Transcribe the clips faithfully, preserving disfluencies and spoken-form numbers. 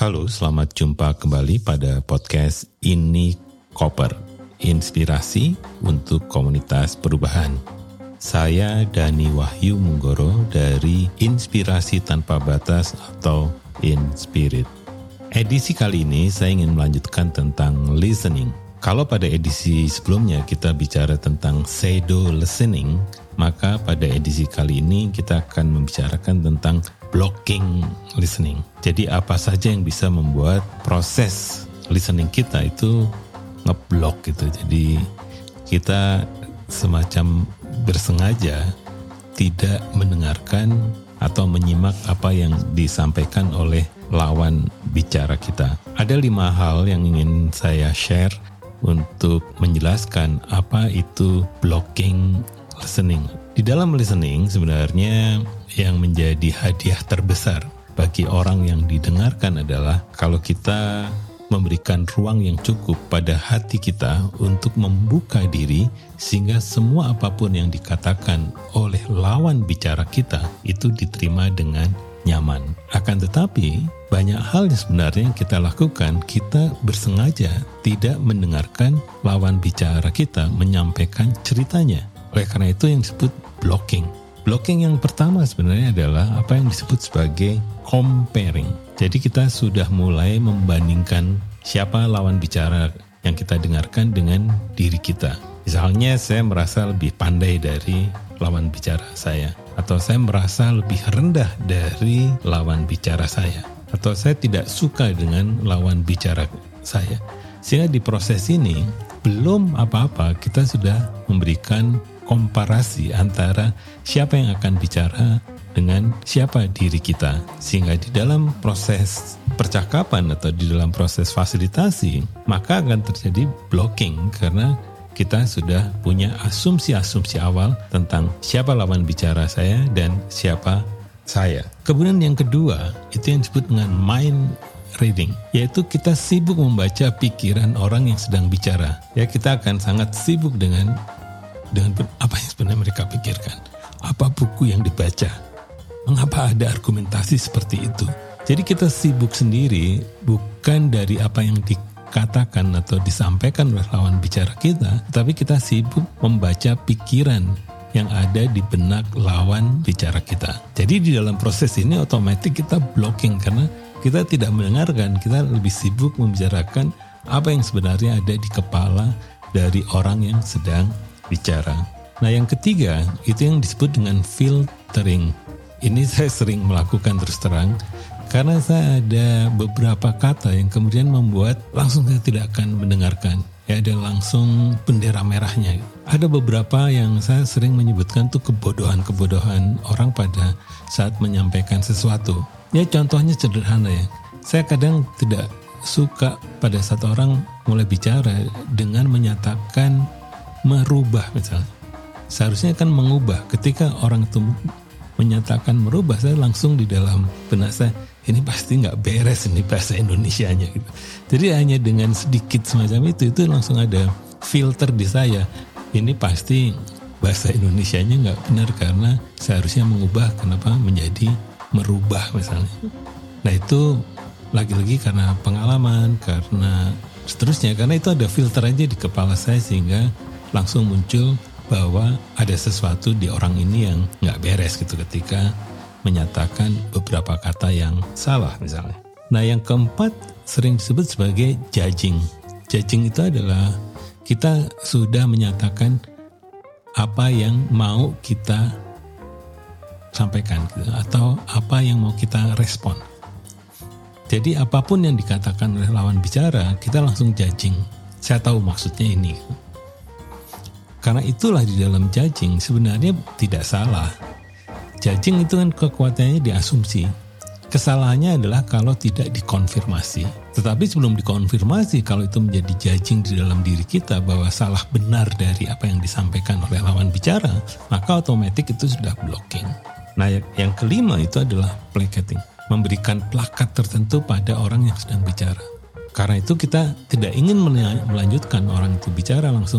Halo, selamat jumpa kembali pada podcast Ini Koper, inspirasi untuk komunitas perubahan. Saya Dani Wahyu Munggoro dari Inspirasi Tanpa Batas atau InSpirit. Edisi kali ini saya ingin melanjutkan tentang listening. Kalau pada edisi sebelumnya kita bicara tentang pseudo listening, maka pada edisi kali ini kita akan membicarakan tentang blocking listening. Jadi apa saja yang bisa membuat proses listening kita itu ngeblok gitu. Jadi kita semacam bersengaja tidak mendengarkan atau menyimak apa yang disampaikan oleh lawan bicara kita. Ada lima hal yang ingin saya share untuk menjelaskan apa itu blocking listening. Di dalam listening sebenarnya yang menjadi hadiah terbesar bagi orang yang didengarkan adalah kalau kita memberikan ruang yang cukup pada hati kita untuk membuka diri sehingga semua apapun yang dikatakan oleh lawan bicara kita itu diterima dengan nyaman. Akan tetapi banyak hal yang sebenarnya yang kita lakukan, kita bersengaja tidak mendengarkan lawan bicara kita menyampaikan ceritanya. Oleh karena itu yang disebut blocking. Blocking yang pertama sebenarnya adalah apa yang disebut sebagai comparing. Jadi kita sudah mulai membandingkan siapa lawan bicara yang kita dengarkan dengan diri kita. Misalnya saya merasa lebih pandai dari lawan bicara saya. Atau saya merasa lebih rendah dari lawan bicara saya. Atau saya tidak suka dengan lawan bicara saya. Sehingga di proses ini belum apa-apa kita sudah memberikan komparasi antara siapa yang akan bicara dengan siapa diri kita. Sehingga di dalam proses percakapan atau di dalam proses fasilitasi, maka akan terjadi blocking karena kita sudah punya asumsi-asumsi awal tentang siapa lawan bicara saya dan siapa saya. Kemudian yang kedua, itu yang disebut dengan mind reading, yaitu kita sibuk membaca pikiran orang yang sedang bicara. Ya, kita akan sangat sibuk dengan dengan apa yang sebenarnya mereka pikirkan. Apa buku yang dibaca? Mengapa ada argumentasi seperti itu? Jadi kita sibuk sendiri bukan dari apa yang dikatakan atau disampaikan oleh lawan bicara kita, tapi kita sibuk membaca pikiran yang ada di benak lawan bicara kita. Jadi di dalam proses ini otomatis kita blocking karena kita tidak mendengarkan, kita lebih sibuk membicarakan apa yang sebenarnya ada di kepala dari orang yang sedang bicara. Nah yang ketiga itu yang disebut dengan filtering. Ini saya sering melakukan terus terang karena saya ada beberapa kata yang kemudian membuat langsung saya tidak akan mendengarkan. Ya ada langsung bendera merahnya. Ada beberapa yang saya sering menyebutkan tuh kebodohan-kebodohan orang pada saat menyampaikan sesuatu. Ya contohnya sederhana ya. Saya kadang tidak suka pada saat orang mulai bicara dengan menyatakan merubah misalnya. Seharusnya kan mengubah. Ketika orang itu menyatakan merubah, saya langsung di dalam benak saya, ini pasti nggak beres ini bahasa Indonesianya gitu. Jadi hanya dengan sedikit semacam itu, itu langsung ada filter di saya. Ini pasti bahasa Indonesianya nggak benar karena seharusnya mengubah, kenapa menjadi merubah misalnya. Nah itu lagi-lagi karena pengalaman, karena seterusnya, karena itu ada filter aja di kepala saya sehingga langsung muncul bahwa ada sesuatu di orang ini yang nggak beres gitu ketika menyatakan beberapa kata yang salah misalnya. Nah yang keempat sering disebut sebagai judging. Judging itu adalah kita sudah menyatakan apa yang mau kita sampaikan gitu, atau apa yang mau kita respon. Jadi apapun yang dikatakan oleh lawan bicara kita langsung judging. Saya tahu maksudnya ini. Karena itulah di dalam judging sebenarnya tidak salah. Judging itu kan kekuatannya diasumsi. Kesalahannya adalah kalau tidak dikonfirmasi. Tetapi sebelum dikonfirmasi, kalau itu menjadi judging di dalam diri kita bahwa salah benar dari apa yang disampaikan oleh lawan bicara, maka otomatis itu sudah blocking. Nah yang kelima itu adalah placating. Memberikan plakat tertentu pada orang yang sedang bicara. Karena itu kita tidak ingin melanjutkan orang itu bicara langsung,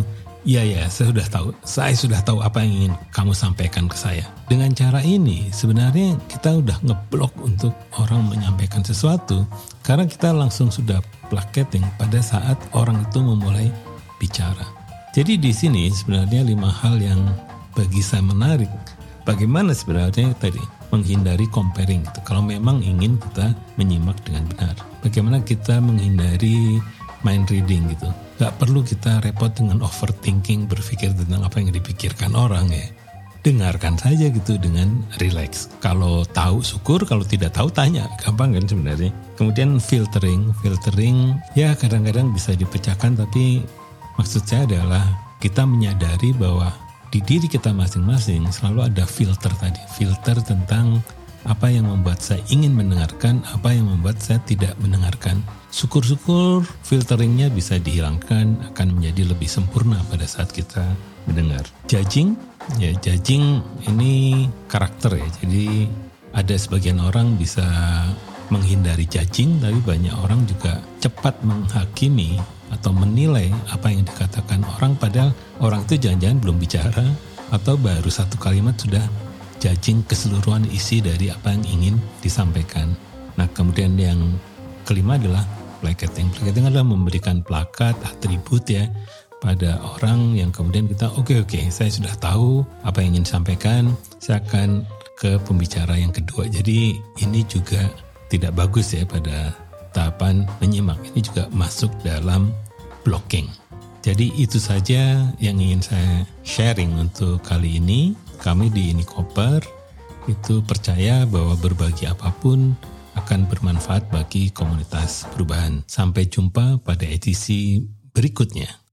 Iya ya, saya sudah tahu. Saya sudah tahu apa yang ingin kamu sampaikan ke saya. Dengan cara ini sebenarnya kita udah ngeblok untuk orang menyampaikan sesuatu karena kita langsung sudah plaketing pada saat orang itu memulai bicara. Jadi di sini sebenarnya lima hal yang bagi saya menarik. Bagaimana sebenarnya tadi menghindari comparing gitu. Kalau memang ingin kita menyimak dengan benar. Bagaimana kita menghindari mind reading gitu. Gak perlu kita repot dengan overthinking, berpikir tentang apa yang dipikirkan orang ya. Dengarkan saja gitu dengan relax. Kalau tahu syukur, kalau tidak tahu tanya. Gampang kan sebenarnya. Kemudian filtering. Filtering ya kadang-kadang bisa dipecahkan, tapi maksud saya adalah kita menyadari bahwa di diri kita masing-masing selalu ada filter tadi. Filter tentang apa yang membuat saya ingin mendengarkan, apa yang membuat saya tidak mendengarkan. Syukur-syukur filteringnya bisa dihilangkan, akan menjadi lebih sempurna pada saat kita mendengar. Judging, ya judging ini karakter ya. Jadi ada sebagian orang bisa menghindari judging, tapi banyak orang juga cepat menghakimi atau menilai apa yang dikatakan orang, padahal orang itu jangan-jangan belum bicara atau baru satu kalimat sudah judging keseluruhan isi dari apa yang ingin disampaikan. Nah kemudian yang kelima adalah placating. Placating adalah memberikan plakat, atribut ya pada orang yang kemudian kita oke okay, oke okay, saya sudah tahu apa yang ingin disampaikan, saya akan ke pembicara yang kedua. Jadi ini juga tidak bagus ya pada tahapan menyimak. Ini juga masuk dalam blocking. Jadi itu saja yang ingin saya sharing untuk kali ini. Kami di IniKoper itu percaya bahwa berbagi apapun akan bermanfaat bagi komunitas perubahan. Sampai jumpa pada edisi berikutnya.